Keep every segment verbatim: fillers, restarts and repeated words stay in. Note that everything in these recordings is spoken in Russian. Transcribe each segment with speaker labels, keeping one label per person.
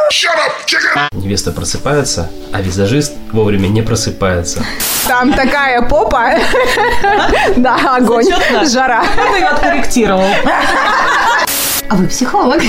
Speaker 1: Невеста просыпается, а визажист вовремя не просыпается.
Speaker 2: Там такая попа. Да, огонь, жара.
Speaker 3: Кто ее откорректировал?
Speaker 4: А вы психолог?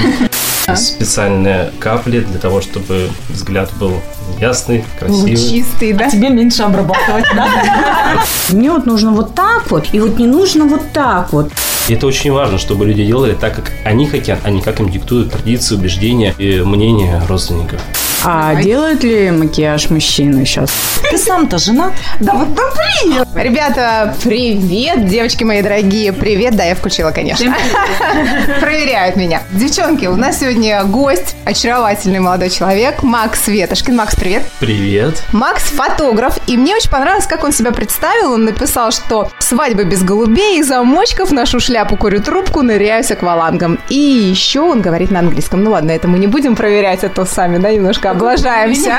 Speaker 1: Специальные капли для того, чтобы взгляд был ясный, красивый.
Speaker 2: Чистый, да?
Speaker 3: А тебе меньше обрабатывать, да?
Speaker 4: Мне вот нужно вот так вот, и вот не нужно вот так вот.
Speaker 1: И это очень важно, чтобы люди делали так, как они хотят, а не как им диктуют традиции, убеждения и мнения родственников.
Speaker 5: А делают ли макияж мужчины сейчас?
Speaker 3: Ты сам-то женат?
Speaker 2: Да вот да привет! Ребята, привет! Девочки мои дорогие, привет! Да, я включила, конечно. Проверяют меня. Девчонки, у нас сегодня гость, очаровательный молодой человек, Макс Ветошкин. Макс, привет!
Speaker 1: Привет!
Speaker 2: Макс фотограф, и мне очень понравилось, как он себя представил. Он написал, что свадьба без голубей и замочков, ношу шляпу, курю трубку, ныряю с аквалангом. И еще он говорит на английском. Ну ладно, это мы не будем проверять, а то сами, да, немножко облажаемся.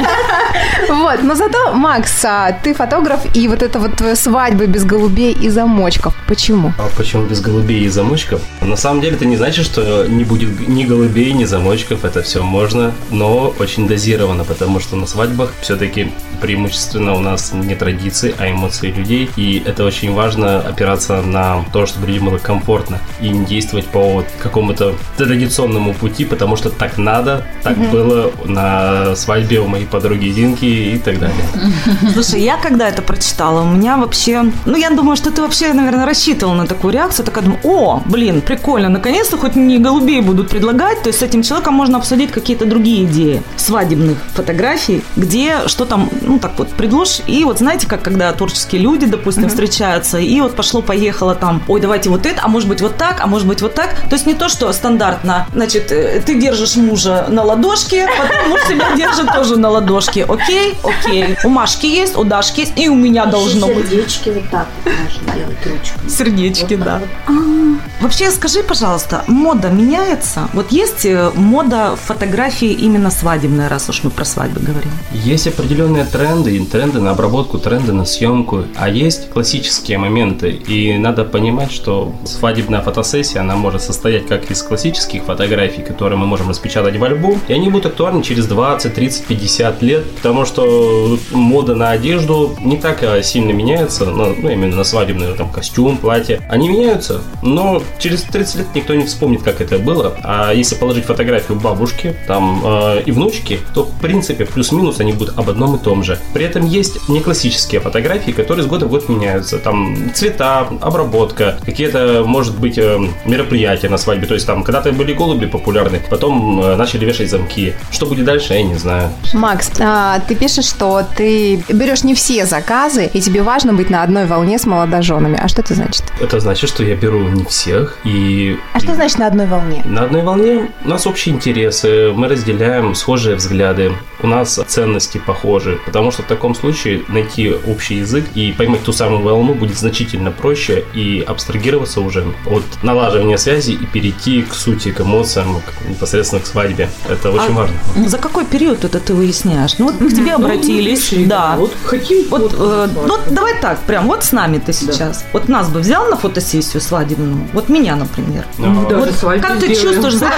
Speaker 2: Вот, но зато, Макс, ты фотограф, и вот это вот твоя свадьба без голубей и замочков. Почему?
Speaker 1: А почему без голубей и замочков? На самом деле это не значит, что не будет ни голубей, ни замочков. Это все можно, но очень дозировано, потому что на свадьбах все-таки преимущественно у нас не традиции, а эмоции людей. И это очень важно, опираться на то, чтобы людям было комфортно и не действовать по вот какому-то традиционному пути, потому что так надо, так mm-hmm. было на свадьбе у моей подруги Динки и так далее.
Speaker 3: Слушай, я когда это прочитала, у меня вообще... Ну, я думаю, что ты вообще, наверное, рассчитывал на такую реакцию. Такая думаю, о, блин, прикольно, наконец-то хоть не голубей будут предлагать, то есть с этим человеком можно обсудить какие-то другие идеи свадебных фотографий, где что там, ну, так вот, предложишь. И вот знаете, как когда творческие люди, допустим, mm-hmm. встречаются, и вот пошло-поехало там, ой, давайте вот это, а может быть вот так, а может быть вот так. То есть не то, что стандартно, значит, ты держишь мужа на ладошке, потом муж тебя держит тоже на ладошке. Окей, окей. У Машки есть, у Дашки есть, и у меня должно быть.
Speaker 4: Сердечки вот так вот можно делать ручкой.
Speaker 3: Сердечки,
Speaker 4: вот
Speaker 3: да.
Speaker 4: Вот.
Speaker 3: А, вообще, скажи, пожалуйста, мода меняется? Вот есть мода фотографии именно свадебная, раз уж мы про свадьбы говорим?
Speaker 1: Есть определенные тренды, тренды на обработку, тренды на съемку, а есть классические моменты. И надо понимать, что свадебная фотосессия, она может состоять как из классических фотографий, которые мы можем распечатать в альбом, и они будут актуальны через двадцать, тридцать, пятьдесят лет, потому что мода на одежду не так сильно меняется, ну, именно на свадебный там, костюм, платье. Они меняются, но через тридцать лет никто не вспомнит, как это было. А если положить фотографию бабушки там, э, и внучки, то в принципе плюс-минус они будут об одном и том же. При этом есть не классические фотографии, которые с года в год меняются. Там цвета, обработка, какие-то, может быть, э, мероприятия на свадьбе. То есть там когда-то были голуби популярны, потом э, начали вешать замки. Что будет дальше, я не знаю.
Speaker 2: Макс, а, ты пишешь, что ты берешь не все заказы, и тебе важно быть на одной волне с молодоженами. А что это значит?
Speaker 1: Это значит, что я беру не всех и...
Speaker 2: А что значит на одной волне?
Speaker 1: На одной волне у нас общие интересы, мы разделяем схожие взгляды, у нас ценности похожи, потому что в таком случае найти общий язык и поймать ту самую волну будет значительно проще и абстрагироваться уже от налаживания связи и перейти к сути, к эмоциям, к, непосредственно к свадьбе. Это очень
Speaker 3: а
Speaker 1: важно.
Speaker 3: За какой период это ты выясняешь? Ну вот к тебе обратились,
Speaker 1: ну,
Speaker 3: да.
Speaker 1: Вот хотим.
Speaker 3: Вот,
Speaker 1: вот,
Speaker 3: э,
Speaker 1: вот,
Speaker 3: вот давай так, прям вот с нами ты сейчас. Да. Вот нас бы взял на фотосессию свадебную, вот меня, например.
Speaker 1: Да.
Speaker 3: Вот как ты чувствуешь, за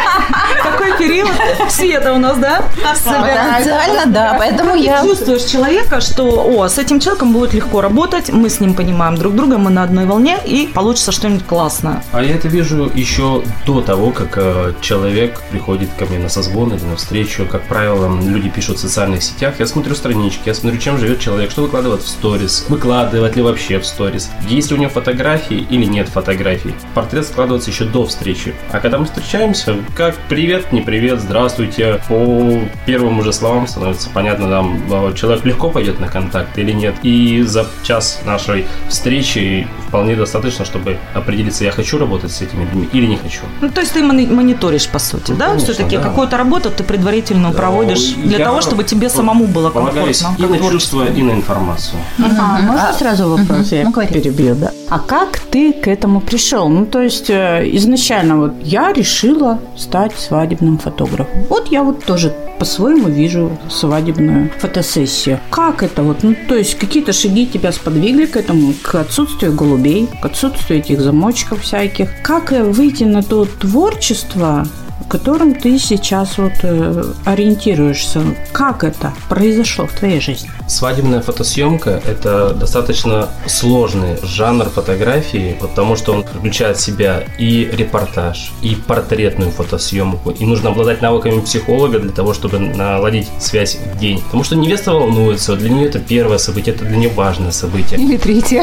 Speaker 3: какой период? Света у нас, да?
Speaker 4: Потенциально, да, поэтому я...
Speaker 3: Ты чувствуешь человека, что, о, с этим человеком будет легко работать, мы с ним понимаем друг друга, мы на одной волне, и получится что-нибудь классное.
Speaker 1: А я это вижу еще до того, как э, человек приходит ко мне на созвон или на встречу. Как правило, люди пишут в социальных сетях, я смотрю странички, я смотрю, чем живет человек, что выкладывает в сторис, выкладывает ли вообще в сторис, есть ли у него фотографии или нет фотографий. Портрет складывается еще до встречи. А когда мы встречаемся, как привет, не привет, здравствуйте, по первым уже словам становится понятно, там, человек легко пойдет на контакт или нет. И за час нашей встречи вполне достаточно, чтобы определиться, я хочу работать с этими людьми или не хочу.
Speaker 3: Ну, то есть ты мониторишь, по сути, ну, да? Конечно, все-таки да. Какую-то работу ты предварительно да. проводишь для я того, чтобы тебе самому было комфортно.
Speaker 1: Полагаюсь и на чувства, и на информацию.
Speaker 5: А, можно сразу вопрос? Я перебью, да. А как ты к этому пришел? Ну, то есть изначально вот я решила стать свадебным фотографом. Вот я вот тоже по-своему вижу свадебную фотосессию. Как это вот? Ну, то есть какие-то шаги тебя сподвигли к этому, к отсутствию голубей, к отсутствию этих замочков всяких. Как выйти на то творчество которым ты сейчас вот э, ориентируешься. Как это произошло в твоей жизни?
Speaker 1: Свадебная фотосъемка – это достаточно сложный жанр фотографии, потому что он включает в себя и репортаж, и портретную фотосъемку, и нужно обладать навыками психолога для того, чтобы наладить связь в день. Потому что невеста волнуется, для нее это первое событие, это для нее важное событие.
Speaker 2: Или третье.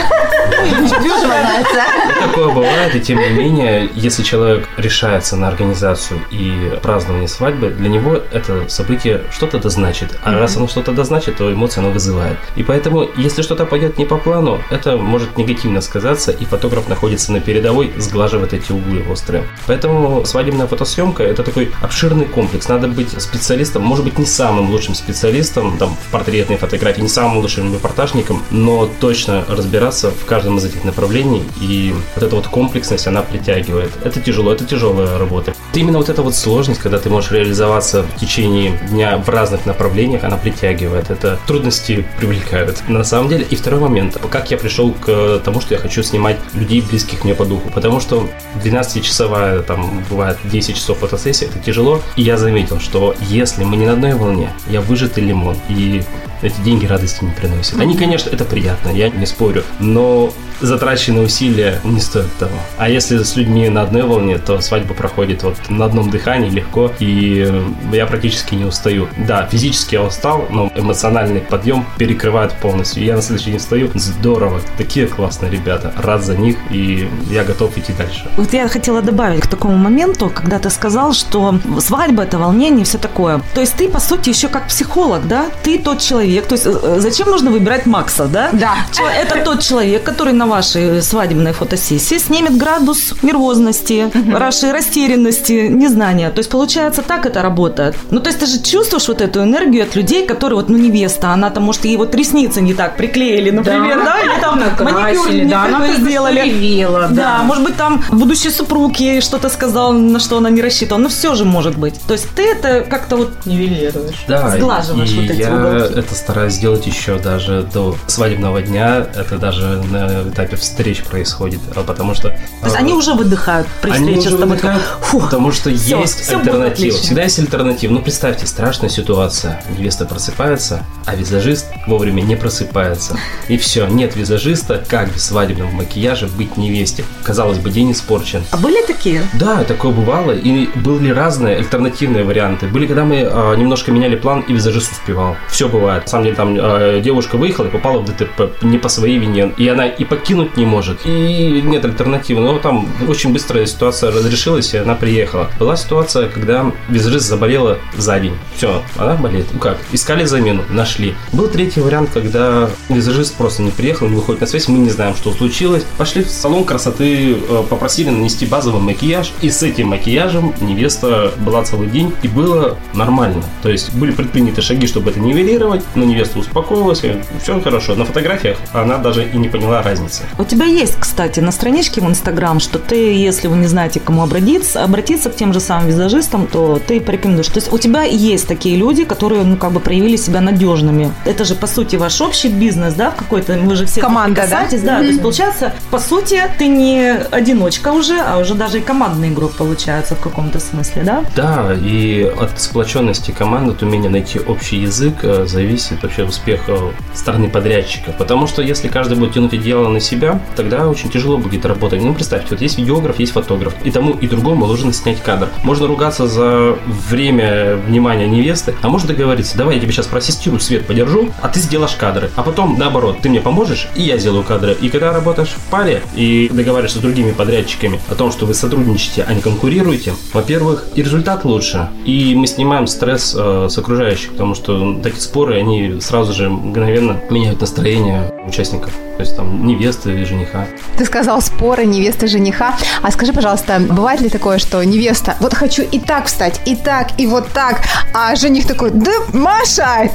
Speaker 1: Такое бывает, и тем не менее, если человек решается на организацию и празднование свадьбы, для него это событие что-то дозначит. А раз оно что-то дозначит, то эмоции оно вызывает. И поэтому, если что-то пойдет не по плану, это может негативно сказаться, и фотограф находится на передовой, сглаживает эти углы острые. Поэтому свадебная фотосъемка – это такой обширный комплекс. Надо быть специалистом, может быть, не самым лучшим специалистом там, в портретной фотографии, не самым лучшим репортажником, но точно разбираться в каждом из этих направлений, и вот эта вот комплексность, она притягивает. Это тяжело, это тяжелая работа. Именно вот эта вот сложность, когда ты можешь реализоваться в течение дня в разных направлениях, она притягивает. Это трудности привлекают. На самом деле, и второй момент. Как я пришел к тому, что я хочу снимать людей, близких мне по духу. Потому что двенадцатичасовая, там, бывает десять часов фотосессия, это тяжело. И я заметил, что если мы не на одной волне, я выжатый лимон, и эти деньги радости не приносят. Они, конечно, это приятно, я не спорю, но затраченные усилия не стоят того. А если с людьми на одной волне, то свадьба проходит вот на одном дыхании легко, и я практически не устаю. Да, физически я устал, но эмоциональный подъем перекрывает полностью. И я на следующий день встаю, здорово, такие классные ребята, рад за них, и я готов идти дальше.
Speaker 3: Вот я хотела добавить к такому моменту, когда ты сказал, что свадьба – это волнение, все такое. То есть ты, по сути, еще как психолог, да? Ты тот человек, то есть зачем нужно выбирать Макса, да?
Speaker 2: Да.
Speaker 3: Это тот человек, который на вашей свадебной фотосессии снимет градус нервозности, вашей растерянности, незнания. То есть, получается, так это работает. Ну, то есть, ты же чувствуешь вот эту энергию от людей, которые вот, ну, невеста, она там, может, ей вот ресницы не так приклеили, например, да, да? Или там маникюр не
Speaker 5: да,
Speaker 3: такой сделали.
Speaker 5: Ревела, да.
Speaker 3: Да, может быть, там будущий супруг ей что-то сказал, на что она не рассчитывала. Но все же может быть. То есть, ты это как-то вот нивелируешь,
Speaker 1: да,
Speaker 3: сглаживаешь
Speaker 1: и
Speaker 3: вот эти
Speaker 1: я
Speaker 3: уголки.
Speaker 1: это стараюсь сделать еще даже до свадебного дня. Это даже на этапе встреч происходит, потому что...
Speaker 3: То есть, они уже выдыхают при
Speaker 1: Они
Speaker 3: встрече
Speaker 1: уже
Speaker 3: с тобой.
Speaker 1: выдыхают,
Speaker 3: Фу,
Speaker 1: потому что
Speaker 3: всё,
Speaker 1: есть
Speaker 3: всё будет
Speaker 1: альтернатива.
Speaker 3: отлично.
Speaker 1: Всегда есть альтернатива. Ну, представьте, страшная ситуация. Невеста просыпается, а визажист вовремя не просыпается. И все, нет визажиста, как без свадебного макияжа быть невесте. Казалось бы, день испорчен.
Speaker 3: А были такие?
Speaker 1: Да, такое бывало. И были разные альтернативные варианты. Были, когда мы а, немножко меняли план, и визажист успевал. Все бывает. На самом деле, там а, девушка выехала и попала в ДТП не по своей вине. И она и покинуть не может. И нет альтернативы. Но там очень быстро ситуация разрешилась, и она приехала. Была ситуация, когда визажист заболела за день. Все, она болеет. Ну как? Искали замену, нашли. Был третий вариант, когда визажист просто не приехал, не выходит на связь, мы не знаем, что случилось. Пошли в салон красоты, попросили нанести базовый макияж, и с этим макияжем невеста была целый день, и было нормально. То есть были предприняты шаги, чтобы это нивелировать, но невеста успокоилась, и все хорошо. На фотографиях она даже и не поняла разницы.
Speaker 3: У тебя есть, кстати, на страничке в Инстаграм, что ты, если вы не знаете, к кому обратиться, обратиться к тем же самым визажистам, то ты порекомендуешь. То есть у тебя есть такие люди, которые, ну, как бы проявили себя надежными. Это же, по сути, ваш общий бизнес, да, в какой-то, вы же все
Speaker 2: команда, да?
Speaker 3: да? Mm-hmm. То есть, получается, по сути, ты не одиночка уже, а уже даже и командный игрок получается в каком-то смысле, да?
Speaker 1: Да, и от сплоченности команды, от умения найти общий язык зависит вообще успех стороны подрядчика. Потому что если каждый будет тянуть одеяло на себя, тогда очень тяжело будет работать. Ну, представьте, вот есть видеограф, есть фотограф. И тому, и другому нужно снять кадр. Можно ругаться за время внимания невесты, а можно договориться: давай я тебе сейчас проассистирую, свет подержу, а ты сделаешь кадры. А потом, наоборот, ты мне поможешь, и я сделаю кадры. И когда работаешь в паре и договариваешься с другими подрядчиками о том, что вы сотрудничаете, а не конкурируете, во-первых, и результат лучше, и мы снимаем стресс э, с окружающих, потому что такие споры, они сразу же мгновенно меняют настроение участников. То есть там невесты и жениха.
Speaker 2: Ты сказал споры невесты и жениха. А скажи, пожалуйста, бывает ли такое, что невеста: вот хочу и так встать, и так, и вот так, а жених такой: да, Маша,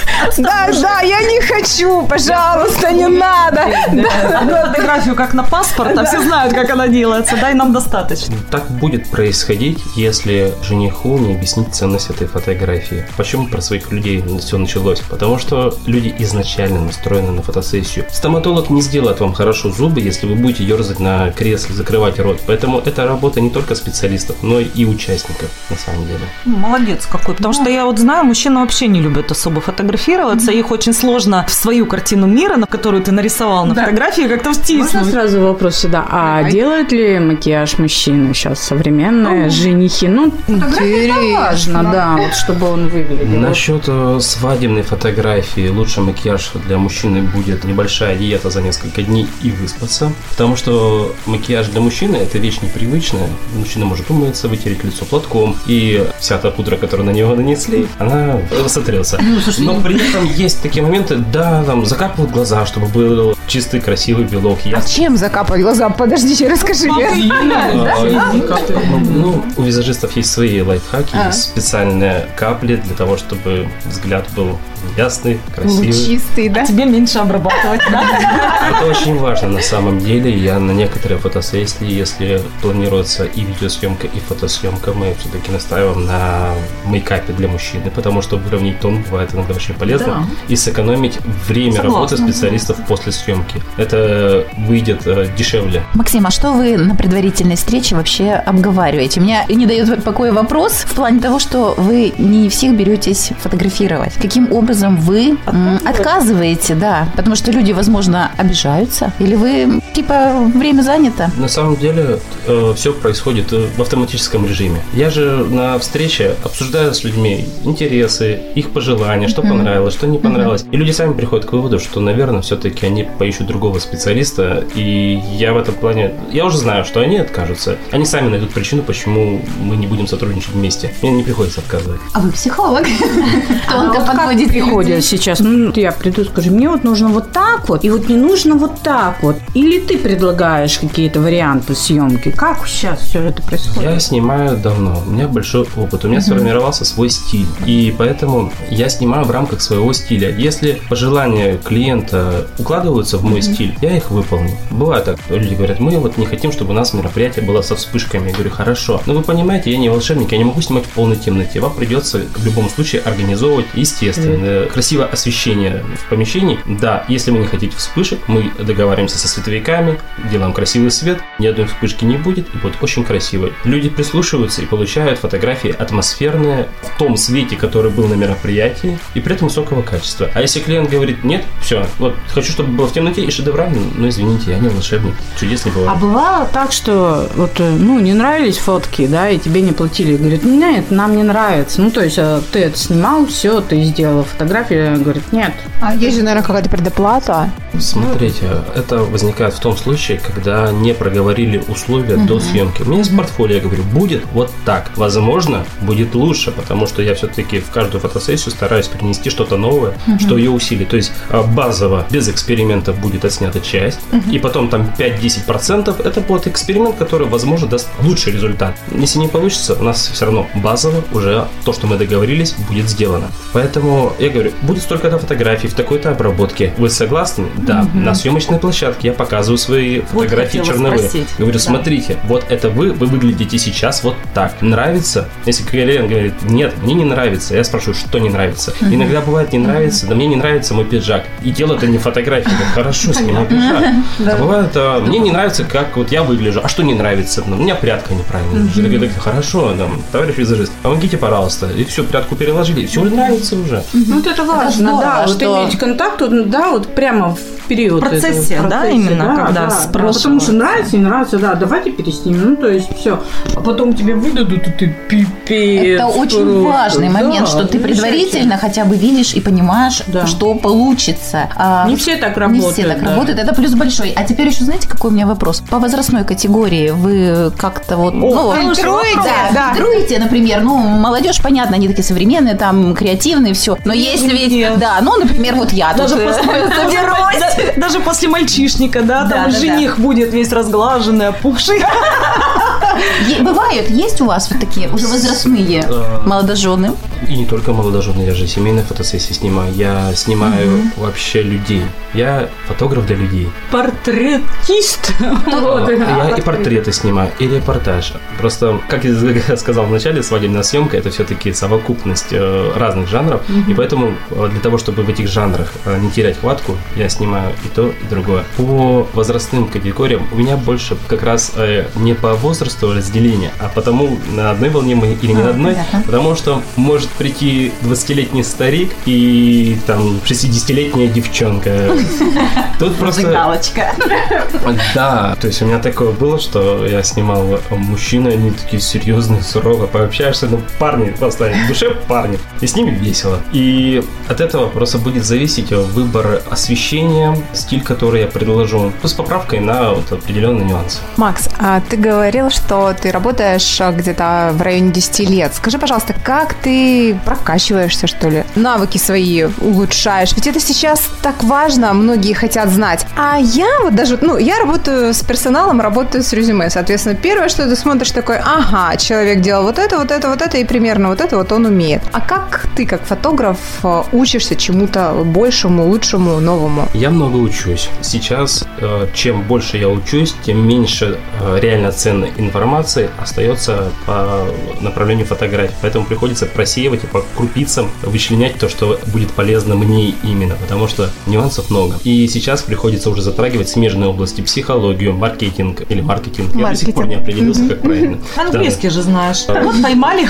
Speaker 2: да, да, я не хочу, пожалуйста, не надо.
Speaker 3: Одну фотографию как на паспорт, а все знают, как она делается, да, и нам достаточно.
Speaker 1: Так будет происходить, если жениху не объяснить ценность этой фотографии. Почему про своих людей все началось? потому что люди изначально настроены на фотосессию. Стоматолог не сделает вам хорошо зубы, если вы будете ерзать на кресле, закрывать рот. Поэтому это работа не только специалистов, но и участников, на самом деле.
Speaker 3: Молодец какой, потому что я вот знаю, мужчины вообще не любят особо фотографироваться, их очень сложно в свою картину мира, на которую ты нарисовал на фотографии, как-то втиснуть.
Speaker 5: Можно сразу вопрос сюда, а
Speaker 2: Давай.
Speaker 5: делают ли макияж мужчины сейчас современные
Speaker 2: Ну,
Speaker 5: женихи? Ну,
Speaker 2: фотография
Speaker 5: это важно, да, вот чтобы он выглядел.
Speaker 1: Насчет э, свадебной фотографии лучший макияж для мужчины будет небольшая диета за несколько дней и выспаться, потому что макияж для мужчины – это вещь непривычная. Мужчина может умыться, вытереть лицо платком, и вся та пудра, которую на него нанесли, она сотрется. Но при этом есть такие моменты, да, там закапывают глаза, чтобы был чистый, красивый белок.
Speaker 2: А чем закапывать глаза? Подождите, расскажи мне.
Speaker 1: Ну, у визажистов есть свои лайфхаки,
Speaker 2: А.
Speaker 1: есть специальные капли для того, чтобы взгляд был ясный, красивый.
Speaker 2: Чистый, да?
Speaker 3: Тебе меньше обрабатывать, да?
Speaker 1: Это очень важно на самом деле. Я на некоторые фотосессии, если планируется и видеосъемка, и фотосъемка, мы все-таки настаиваем на мейкапе для мужчины, потому что выровнять тон бывает иногда очень полезно. И сэкономить время
Speaker 3: Согласна.
Speaker 1: работы специалистов после съемки. Это выйдет э, дешевле.
Speaker 6: Максим, а что вы на предварительной встрече вообще обговариваете? У меня не дает покоя вопрос в плане того, что вы не всех беретесь фотографировать. Каким образом вы м, отказываете, да? Потому что люди, возможно, обижаются. Или вы, типа, время занято?
Speaker 1: На самом деле э, все происходит э, в автоматическом режиме. Я же на встрече обсуждаю с людьми интересы, их пожелания, что понравилось, что не понравилось. И люди сами приходят к выводу, что, наверное, все-таки они поищут другого специалиста. И я в этом плане... Я уже знаю, что они откажутся. Они сами найдут причину, почему мы не будем сотрудничать вместе. Мне не приходится отказывать.
Speaker 6: А вы психолог?
Speaker 5: А
Speaker 6: Тонко
Speaker 5: вот как
Speaker 6: подходите.
Speaker 5: приходят сейчас? Ну, я приду и скажу, мне вот нужно вот так вот, и вот не нужно вот так вот. Или ты предлагаешь какие-то варианты съемки? Как сейчас все это происходит?
Speaker 1: Я снимаю давно, у меня большой опыт, у меня сформировался свой стиль, и поэтому я снимаю в рамках своего стиля. Если пожелания клиента укладываются в мой стиль, я их выполню. Бывает так, люди говорят, мы вот не хотим, чтобы у нас мероприятие было со вспышками. Я говорю, хорошо, но вы понимаете, я не волшебник, я не могу снимать в полной темноте. Вам придется в любом случае организовывать естественное, красивое освещение в помещении. Да, если вы не хотите вспышек, мы договариваемся со световиками, делаем красивый свет, ни одной вспышки не будет, и будет очень красиво. Люди прислушиваются и получают фотографии атмосферные в том свете, который был на мероприятии, и при этом высокого качества. А если клиент говорит, нет, все, вот хочу, чтобы было в темноте и шедеврально, ну извините, я не волшебник, чудес не бывает.
Speaker 5: А бывало так, что вот, ну, не нравились фотки, да, и тебе не платили, говорит, нет, нам не нравится. Ну, то есть а ты это снимал, все, ты сделал фотографию, говорит, нет.
Speaker 2: А есть же, наверное, какая-то предоплата.
Speaker 1: Смотрите, это возникает в том случае, когда не проговорили условия uh-huh. до съемки. У меня есть портфолио, я говорю, будет вот так. Возможно, будет лучше, потому что я все-таки в каждую фотосессию стараюсь принести что-то новое, uh-huh. что ее усилит. То есть базово, без экспериментов будет отснята часть, uh-huh. и потом там пять-десять процентов это будет эксперимент, который, возможно, даст лучший результат. Если не получится, у нас все равно базово уже то, что мы договорились, будет сделано. Поэтому я говорю, будет столько-то фотографий в такой-то обработке. Вы согласны? Да. Uh-huh. На съемочной площадке я показываю свои вот фотографии черновые. Спросить. Говорю, да. Смотрите, вот это вы, вы выглядите сейчас вот так. Нравится? Если клиент говорит, нет, мне не нравится, я спрашиваю, что не нравится. Uh-huh. Иногда бывает не нравится, да мне не нравится мой пиджак. И дело это не фотография, хорошо, снимай пиджак. А бывает, а, мне не нравится, как вот я выгляжу. А что не нравится? Ну, у меня прядка неправильная. Uh-huh. Я говорю, хорошо, там, товарищ визажист, помогите, пожалуйста. И все, прядку переложили, и все нравится уже.
Speaker 5: Uh-huh. Ну, вот это важно, это здорово, да, вот что... иметь контакт, да, вот прямо в период.
Speaker 3: В процессе, этого, да, процессе, именно, да, когда
Speaker 5: да,
Speaker 3: спрашивают.
Speaker 5: Потому что нравится, не нравится, да, давайте переснимем, ну, то есть все. А потом тебе выдадут, и ты пипец.
Speaker 6: Это очень просто важный момент, да, что ты предварительно хотя бы видишь и понимаешь, да. что получится. А,
Speaker 5: не все так работают.
Speaker 6: Не все так
Speaker 5: да.
Speaker 6: работают, это плюс большой. А теперь еще, знаете, какой у меня вопрос? По возрастной каtegории вы как-то вот...
Speaker 2: О,
Speaker 6: ну,
Speaker 2: фильтруете,
Speaker 6: да,
Speaker 2: да.
Speaker 6: фильтруете, например, ну, молодежь, понятно, они такие современные, там, креативные, все. Но если ведь...
Speaker 3: Нет.
Speaker 6: Да, ну, например, вот я
Speaker 3: даже
Speaker 6: тут
Speaker 3: после, даже после мальчишника, да,
Speaker 6: да
Speaker 3: там
Speaker 6: да,
Speaker 3: жених
Speaker 6: да.
Speaker 3: будет весь разглаженный, опухший.
Speaker 6: Бывают, есть у вас вот такие уже возрастные молодожены?
Speaker 1: И не только молодожены, я же семейные фотосессии снимаю. Я снимаю mm-hmm. вообще людей. Я фотограф для людей.
Speaker 3: Портретист.
Speaker 1: Я и портреты снимаю, и репортаж. Просто, как я сказал в начале, свадебная съемка – это все-таки совокупность разных жанров. И поэтому для того, чтобы в этих жанрах не терять хватку, я снимаю и то, и другое. По возрастным категориям у меня больше как раз не по возрасту разделения, а потому на одной волне мы или не на одной, потому что может прийти двадцатилетний старик и там шестидесятилетняя девчонка. Тут просто...
Speaker 6: Галочка.
Speaker 1: Да, то есть у меня такое было, что я снимал мужчины, они такие серьезные, суровые, пообщаешься, ну парни, просто в душе парни, и с ними весело. И от этого просто будет зависеть выбор освещения, стиль, который я предложу, с поправкой на вот определенные нюансы.
Speaker 2: Макс, а ты говорил, что ты работаешь где-то в районе десяти лет. Скажи, пожалуйста, как ты прокачиваешься, что ли? Навыки свои улучшаешь? Ведь это сейчас так важно, многие хотят знать. А я вот даже, ну, я работаю с персоналом, работаю с резюме. Соответственно, первое, что ты смотришь, такой, ага, человек делал вот это, вот это, вот это, и примерно вот это вот он умеет. А как ты, как фотограф, учишься чему-то большему, лучшему, новому?
Speaker 1: Я много учусь. Сейчас, чем больше я учусь, тем меньше реально ценной информации остается по направлению фотографии. Поэтому приходится просеивать и по крупицам вычленять то, что будет полезно мне именно, потому что нюансов много. И сейчас приходится уже затрагивать смежные области: психологию, маркетинг или маркетинг. Я маркетинг. До сих пор не определился, mm-hmm. как правильно.
Speaker 3: Английский да. же знаешь. А. Вот поймали.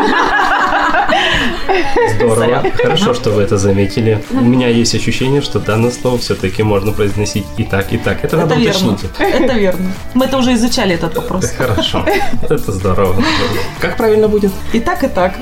Speaker 1: Здорово. Хорошо, что вы это заметили. У меня есть ощущение, что данное слово все-таки можно произносить и так, и так. Это, это надо
Speaker 3: верно.
Speaker 1: уточнить.
Speaker 3: Это верно. Мы это уже изучали, этот вопрос.
Speaker 1: Хорошо. Это здорово. Как правильно будет?
Speaker 3: И так, и так.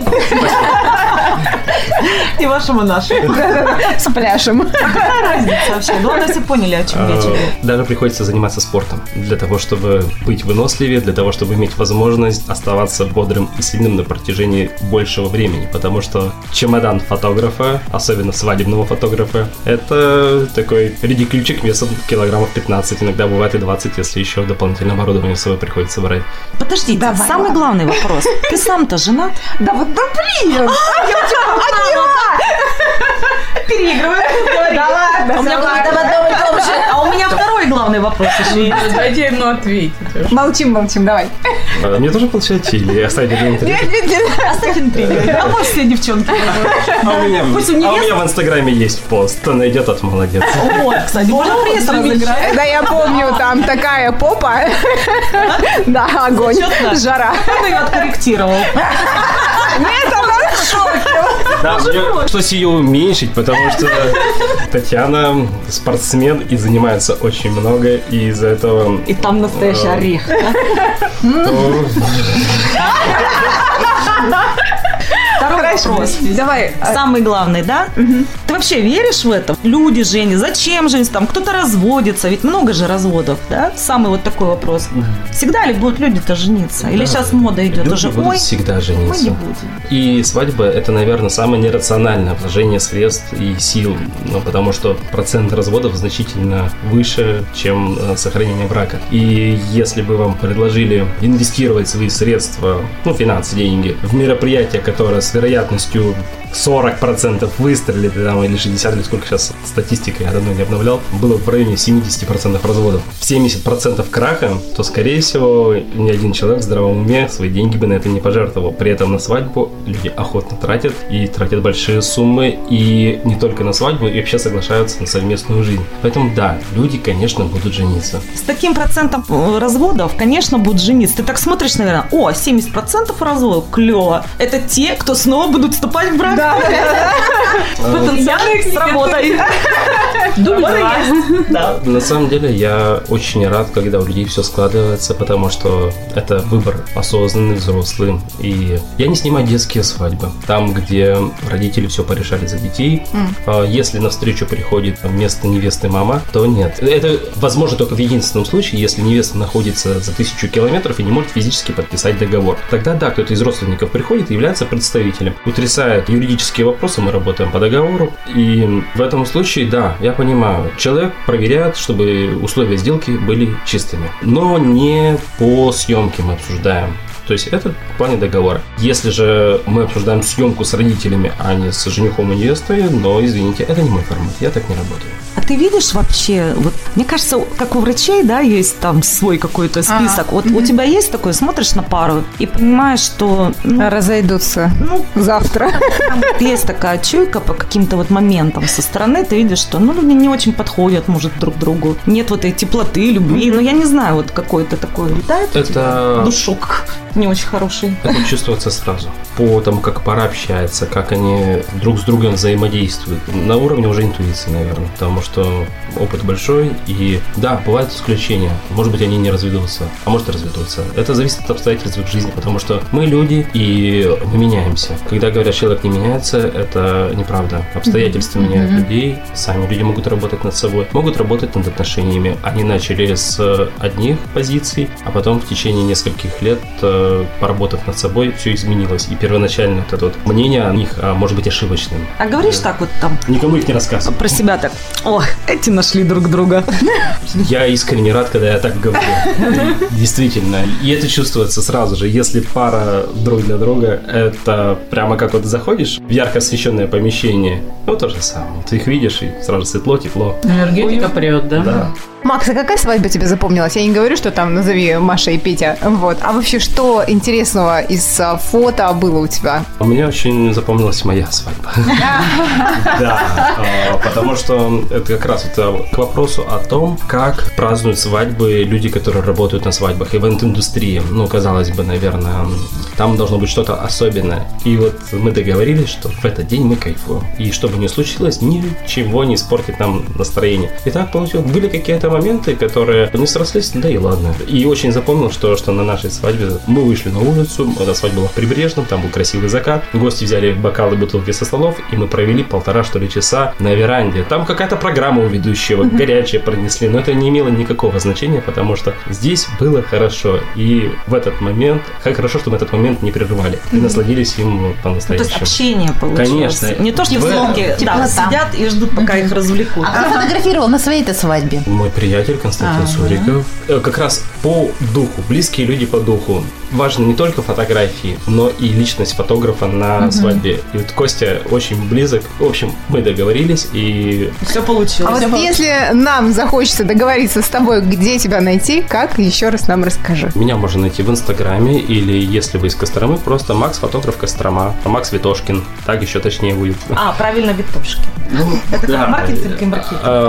Speaker 3: И вашему, и нашему.
Speaker 2: С пляшем.
Speaker 3: А какая разница вообще? Главное, все поняли, о чем речь идет.
Speaker 1: Даже приходится заниматься спортом. Для того, чтобы быть выносливее, для того, чтобы иметь возможность оставаться бодрым и сильным на протяжении большего времени. Потому что чемодан фотографа, особенно свадебного фотографа, это такой редикюльчик весом килограммов пятнадцать, иногда бывает и двадцать, если еще дополнительное оборудование с собой приходится брать.
Speaker 3: Подожди, давай, самый ладно. главный вопрос. Ты сам-то женат?
Speaker 2: Да вот, да блин! Я тебя поняла! Переигрываю. Да ладно,
Speaker 3: у меня А у меня второй главный вопрос еще есть.
Speaker 5: Дайте ему ответить.
Speaker 2: Молчим, молчим, давай.
Speaker 1: Мне тоже получать или оставить это интригу?
Speaker 2: Нет, нет, нет.
Speaker 3: Оставь интригу. А пусть все девчонки.
Speaker 1: А у меня в Инстаграме есть пост. Кто найдет, тот молодец.
Speaker 3: Вот, кстати, можно пресс разыграть.
Speaker 2: Да, я помню, там такая попа. Да, огонь, жара.
Speaker 3: Кто ее откорректировал?
Speaker 2: Нет, она в шоке.
Speaker 1: Да, мне пришлось ее уменьшить, потому что Татьяна спортсмен и занимается очень много, и из-за этого...
Speaker 3: И там настоящий орех. Второй вопрос.
Speaker 2: Давай.
Speaker 3: Самый главный, да? Угу. Ты вообще веришь в это? Люди женятся. Зачем женятся? Там кто-то разводится. Ведь много же разводов, да? Самый вот такой вопрос. Всегда ли будут люди-то жениться? Или да. сейчас мода идет
Speaker 1: люди
Speaker 3: уже?
Speaker 1: Будут
Speaker 3: Ой,
Speaker 1: всегда жениться.
Speaker 3: Мы не будем.
Speaker 1: И свадьба – это, наверное, самое нерациональное вложение средств и сил. Ну, потому что процент разводов значительно выше, чем сохранение брака. И если бы вам предложили инвестировать свои средства, ну, финансы, деньги, в мероприятие, которое с вероятностью сорок процентов выстрелит, там, или шестьдесят процентов, или сколько сейчас статистика, я давно не обновлял, было в районе семьдесят процентов разводов. семьдесят процентов краха, то, скорее всего, ни один человек в здравом уме свои деньги бы на это не пожертвовал. При этом на свадьбу люди охотно тратят, и тратят большие суммы, и не только на свадьбу, и вообще соглашаются на совместную жизнь. Поэтому, да, люди, конечно, будут жениться.
Speaker 3: С таким процентом разводов, конечно, будут жениться. Ты так смотришь, наверное, о, семьдесят процентов разводов, клево. Это те, кто снова будут вступать в брак. Да. Потенциал сработает.
Speaker 1: Да. На самом деле, я очень рад, когда у людей все складывается, потому что это выбор осознанный, взрослый. И я не снимаю детские свадьбы. Там, где родители все порешали за детей. Mm. Если навстречу приходит вместо невесты мама, то нет. Это возможно только в единственном случае, если невеста находится за тысячу километров и не может физически подписать договор. Тогда да, кто-то из родственников приходит и является представителем. Утрясает юридические вопросы, мы работаем по договору. И в этом случае, да, я понимаю, человек проверяет, чтобы условия сделки были чистыми. Но не по съемке мы обсуждаем. То есть это в плане договора. Если же мы обсуждаем съемку с родителями, а не с женихом и невестой, но, извините, это не мой формат, я так не работаю.
Speaker 3: А ты видишь вообще, вот мне кажется, как у врачей, да, есть там свой какой-то список. А, вот угу. у тебя есть такое, смотришь на пару и понимаешь, что...
Speaker 2: Ну, разойдутся ну, завтра.
Speaker 3: Там вот есть такая чуйка по каким-то вот моментам со стороны, ты видишь, что ну, люди не очень подходят, может, друг к другу. Нет вот этой теплоты, любви, но я не знаю, вот какой-то такой летает у тебя душок не очень хороший.
Speaker 1: Это чувствуется сразу. По тому, как пара общается, как они друг с другом взаимодействуют. На уровне уже интуиции, наверное, потому что опыт большой, и да, бывают исключения. Может быть, они не разведутся, а может и разведутся. Это зависит от обстоятельств их жизни, потому что мы люди, и мы меняемся. Когда говорят, человек не меняется, это неправда. Обстоятельства mm-hmm. меняют людей, сами люди могут работать над собой, могут работать над отношениями. Они начали с одних позиций, а потом в течение нескольких лет, поработав над собой, все изменилось. И первоначально вот это вот мнение о них может быть ошибочным.
Speaker 3: А говоришь так вот там?
Speaker 1: Никому их не рассказывай.
Speaker 3: Про себя так. О, эти нашли друг друга.
Speaker 1: Я искренне рад, когда я так говорю. Действительно. И это чувствуется сразу же. Если пара друг для друга, это прямо как вот заходишь в ярко освещенное помещение, ну то же самое. Ты их видишь, и сразу светло, тепло.
Speaker 5: Энергетика прет, да?
Speaker 1: Да.
Speaker 2: Макс, а какая свадьба тебе запомнилась? Я не говорю, что там назови Маша и Петя. Вот. А вообще, что интересного из фото было у тебя?
Speaker 1: Мне очень запомнилась моя свадьба. Да, потому что это как раз к вопросу о том, как празднуют свадьбы люди, которые работают на свадьбах. Ивент-индустрия, ну, казалось бы, наверное, там должно быть что-то особенное. И вот мы договорились, что в этот день мы кайфуем. И что бы ни случилось, ничего не испортит нам настроение. И так получилось. Были какие-то моменты, которые не срослись, да и ладно. И очень запомнил, что, что на нашей свадьбе мы вышли на улицу, эта свадьба была в Прибрежном, там был красивый закат, гости взяли бокалы, бутылки со столов, и мы провели полтора, что ли, часа на веранде. Там какая-то программа у ведущего, mm-hmm. горячее пронесли, но это не имело никакого значения, потому что здесь было хорошо. И в этот момент, как хорошо, что мы этот момент не прерывали, и mm-hmm. насладились им по-настоящему.
Speaker 3: То есть общение получилось.
Speaker 1: Конечно.
Speaker 3: Не то, что в зломке да, сидят и ждут, пока mm-hmm. их развлекут.
Speaker 6: А кто фотографировал на своей-то свадьбе?
Speaker 1: Мой приятель Константин а, Суриков. Да. Как раз по духу, близкие люди по духу. Важно не только фотографии, но и личность фотографа на угу. свадьбе. И вот Костя очень близок. В общем, мы договорились, и...
Speaker 3: Все получилось.
Speaker 2: А
Speaker 3: вот
Speaker 2: получилось. Если нам захочется договориться с тобой, где тебя найти, как, еще раз нам расскажи.
Speaker 1: Меня можно найти в Инстаграме, или если вы из Костромы, просто Макс Фотограф Кострома, Макс Витошкин. Так еще точнее будет.
Speaker 3: А, правильно, Витошкин. Это маркетинг и маркетинг.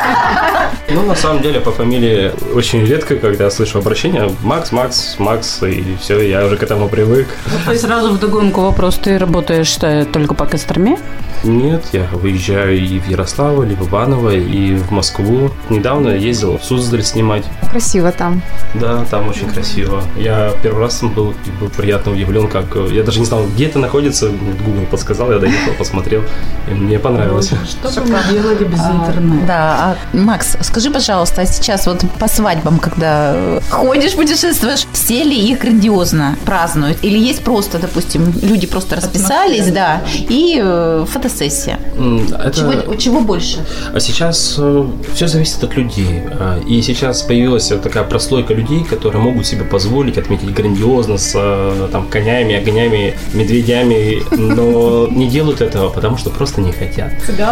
Speaker 1: Ну, на самом деле, по фамилии очень редко, когда я слышу обращение Макс, Макс, Макс, и все, я уже к этому привык.
Speaker 5: Ну, то есть сразу вдогонку вопрос, ты работаешь что, только по Костроме?
Speaker 1: Нет, я выезжаю и в Ярославль, и в Иваново, и в Москву. Недавно ездил в Суздаль снимать.
Speaker 2: Красиво там.
Speaker 1: Да, там очень красиво. Я первый раз там был и был приятно удивлен, как... Я даже не знал, где это находится. Google подсказал, я доехал, посмотрел, и мне понравилось.
Speaker 5: Что бы мы делали без интернета?
Speaker 6: Да, Макс, скажи, пожалуйста, а сейчас вот по свадьбам, когда ходишь, путешествуешь, все ли их грандиозно празднуют? Или есть просто, допустим, люди просто расписались, да, и э, фотосессия? Это... Чего, чего больше?
Speaker 1: А сейчас э, все зависит от людей. И сейчас появилась такая прослойка людей, которые могут себе позволить отметить грандиозно с э, там, конями, огнями, медведями, но не делают этого, потому что просто не хотят.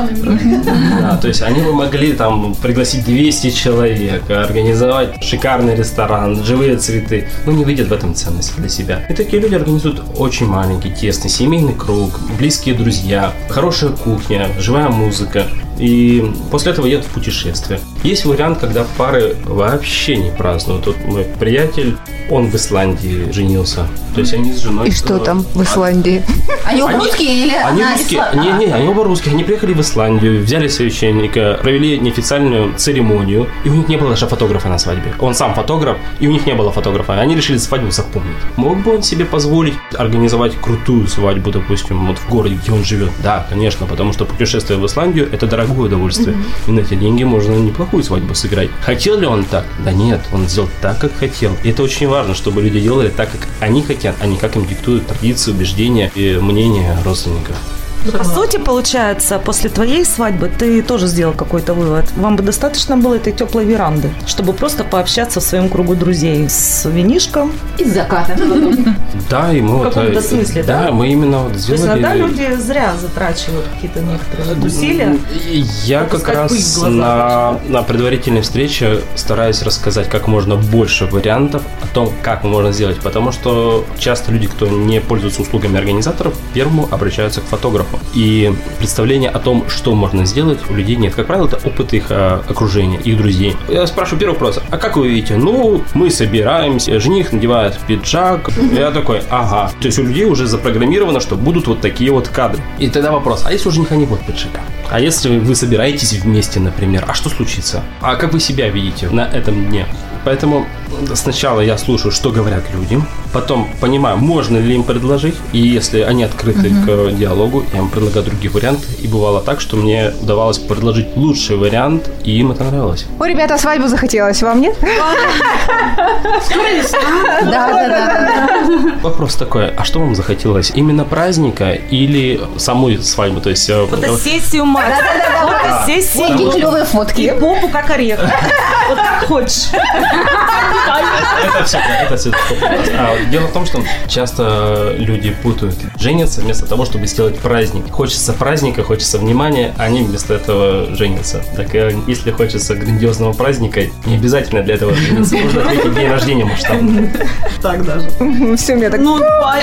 Speaker 1: Да, то есть они бы могли там пригласить двести человек, организовать шикарный ресторан, живые цветы, но не видят в этом ценности для себя. И такие люди организуют очень маленький, тесный семейный круг, близкие друзья, хорошая кухня, живая музыка. И после этого едут в путешествие. Есть вариант, когда пары вообще не празднуют. Вот мой приятель, он в Исландии женился. То есть они с женой...
Speaker 2: И что там в Исландии?
Speaker 6: Они оба русские или
Speaker 1: они
Speaker 6: она
Speaker 1: русские?
Speaker 6: Исла...
Speaker 1: Не, не, они оба русские. Они приехали в Исландию, взяли священника, провели неофициальную церемонию, и у них не было даже фотографа на свадьбе. Он сам фотограф, и у них не было фотографа. Они решили свадьбу запомнить. Мог бы он себе позволить организовать крутую свадьбу, допустим, вот в городе, где он живет? Да, конечно, потому что путешествие в Исландию – это дорогое удовольствие. Mm-hmm. И на эти деньги можно неплохую свадьбу сыграть. Хотел ли он так? Да нет, он сделал так, как хотел. И это очень важно, чтобы люди делали так, как они хотят, а не как им диктуют традиции, убеждения и мнения родственников.
Speaker 3: По сути, получается, после твоей свадьбы ты тоже сделал какой-то вывод. Вам бы достаточно было этой теплой веранды, чтобы просто пообщаться в своем кругу друзей с винишком.
Speaker 4: И с закатом.
Speaker 1: Да, и мы
Speaker 3: В каком-то смысле, да?
Speaker 1: Да, мы именно вот сделали...
Speaker 3: То есть иногда люди зря затрачивают какие-то некоторые усилия.
Speaker 1: Я как раз на, на предварительной встрече стараюсь рассказать как можно больше вариантов о том, как можно сделать, потому что часто люди, кто не пользуются услугами организаторов, первому обращаются к фотографу. И представление о том, что можно сделать, у людей нет. Как правило, это опыт их а, окружения, их друзей. Я спрашиваю первый вопрос: а как вы видите? Ну, мы собираемся, жених надевает пиджак. Я такой: ага. То есть у людей уже запрограммировано, что будут вот такие вот кадры. И тогда вопрос: а если у жениха не будет пиджака? А если вы собираетесь вместе, например, а что случится? А как вы себя видите на этом дне? Поэтому сначала я слушаю, что говорят люди, потом понимаю, можно ли им предложить, и если они открыты uh-huh. к диалогу, я им предлагаю другие варианты. И бывало так, что мне удавалось предложить лучший вариант, и им это нравилось.
Speaker 2: О, ребята, свадьбу захотелось, вам нет?
Speaker 6: Да, да, да.
Speaker 1: Вопрос такой: а что вам захотелось? Именно праздника или самой свадьбы? То есть
Speaker 3: фотосессию мать. Фотосессию.
Speaker 6: Какие клевые фотки.
Speaker 3: И попу как орех. Вот как хочешь.
Speaker 1: Это все, это все. А, дело в том, что часто люди путают. Женятся вместо того, чтобы сделать праздник. Хочется праздника, хочется внимания, они вместо этого женятся. Так если хочется грандиозного праздника, не обязательно для этого жениться. Можно отметить день рождения масштабный.
Speaker 3: Так даже.
Speaker 2: Все, мне так...
Speaker 3: Ну,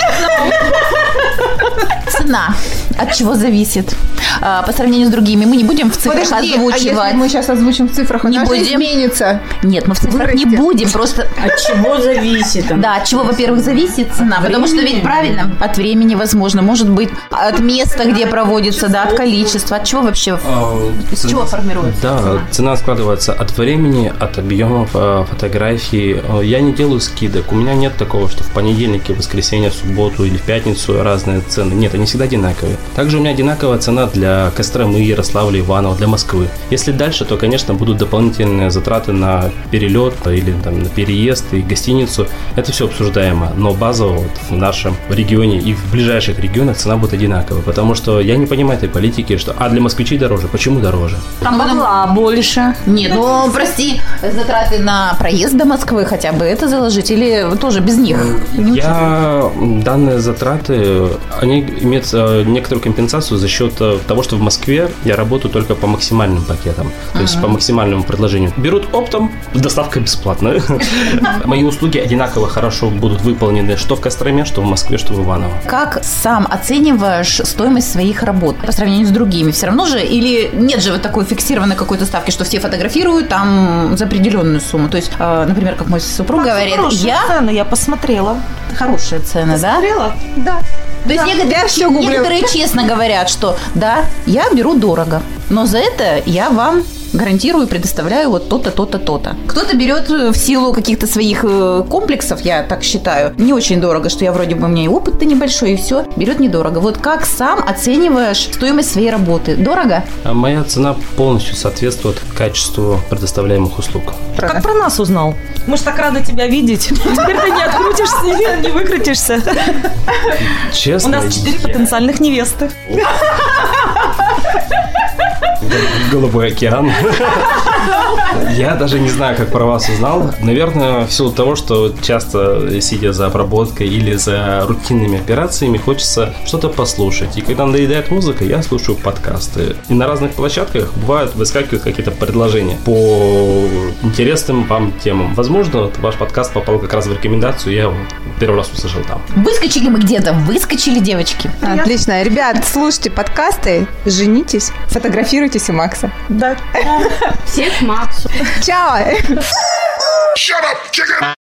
Speaker 6: цена от чего зависит? А, по сравнению с другими. Мы не будем в цифрах
Speaker 2: Подожди,
Speaker 6: озвучивать.
Speaker 2: А если мы сейчас озвучим в цифрах,
Speaker 6: не
Speaker 2: она же
Speaker 6: будем.
Speaker 2: изменится.
Speaker 6: Нет, мы в цифрах
Speaker 2: Вырасти.
Speaker 6: не будем. Просто
Speaker 4: От чего зависит?
Speaker 6: да, от чего, во-первых, зависит цена.
Speaker 4: От
Speaker 6: Потому что
Speaker 4: времени.
Speaker 6: ведь правильно, от времени, возможно, может быть, от места, где проводится, да, от количества. От чего вообще? Из чего формируется?
Speaker 1: Да,
Speaker 6: цена?
Speaker 1: цена складывается от времени, от объемов э, фотографий. Э, Я не делаю скидок. У меня нет такого, что в понедельник, в воскресенье, в субботу или в пятницу разные цены. Нет, они всегда одинаковые. Также у меня одинаковая цена для Костромы, Ярославля, Иваново, для Москвы. Если дальше, то, конечно, будут дополнительные затраты на перелет или там, на переезд и гостиницу. Это все обсуждаемо. Но базово вот, в нашем регионе и в ближайших регионах цена будет одинаковая. Потому что я не понимаю этой политики, что а для москвичей дороже. Почему дороже?
Speaker 3: там бабла больше.
Speaker 6: Нет, ну, прости, затраты на проезд до Москвы хотя бы это заложить или тоже без них? Не
Speaker 1: Я данные затраты, они имеют э, некоторую компенсацию за счет э, того, что в Москве я работаю только по максимальным пакетам, то есть по максимальному предложению. Берут оптом, доставка бесплатная. Мои услуги одинаково хорошо будут выполнены что в Костроме, что в Москве, что в Иваново.
Speaker 6: Как сам оцениваешь стоимость своих работ по сравнению с другими? Все равно же? Или нет же вот такой фиксированной какой-то ставки, что все фотографируют там за определенную сумму? То есть, э, например, как мой супруг говорит, я...
Speaker 3: Цены, я посмотрела.
Speaker 6: Хорошие цены, да?
Speaker 3: Посмотрела?
Speaker 2: Да.
Speaker 6: То есть некоторые,
Speaker 2: я всё гуглю.
Speaker 6: некоторые честно говорят, что да, я беру дорого, но за это я вам гарантирую, предоставляю вот то-то, то-то, то-то. Кто-то берет в силу каких-то своих э, комплексов, я так считаю, не очень дорого, что я вроде бы, у меня и опыт-то небольшой, и все, берет недорого. Вот как сам оцениваешь стоимость своей работы? Дорого?
Speaker 1: А моя цена полностью соответствует качеству предоставляемых услуг.
Speaker 3: Как про нас узнал? Мы ж так рады тебя видеть. Теперь ты не открутишься, не, не выкрутишься.
Speaker 1: Честно,
Speaker 3: У нас четыре
Speaker 1: я-
Speaker 3: потенциальных невесты.
Speaker 1: Голубой океан. Я даже не знаю, как про вас узнал. Наверное, в силу того, что часто, сидя за обработкой или за рутинными операциями, хочется что-то послушать. И когда надоедает музыка, я слушаю подкасты. И на разных площадках бывают, выскакивают какие-то предложения по интересным вам темам. Возможно, вот ваш подкаст попал как раз в рекомендацию, я его первый раз услышал там.
Speaker 6: Выскочили мы где-то, выскочили, девочки.
Speaker 2: Отлично. Ребят, слушайте подкасты, женитесь, фотографируйтесь у Макса.
Speaker 3: Да.
Speaker 4: Всех Максу.
Speaker 2: Чао!
Speaker 7: Shut up, chicken!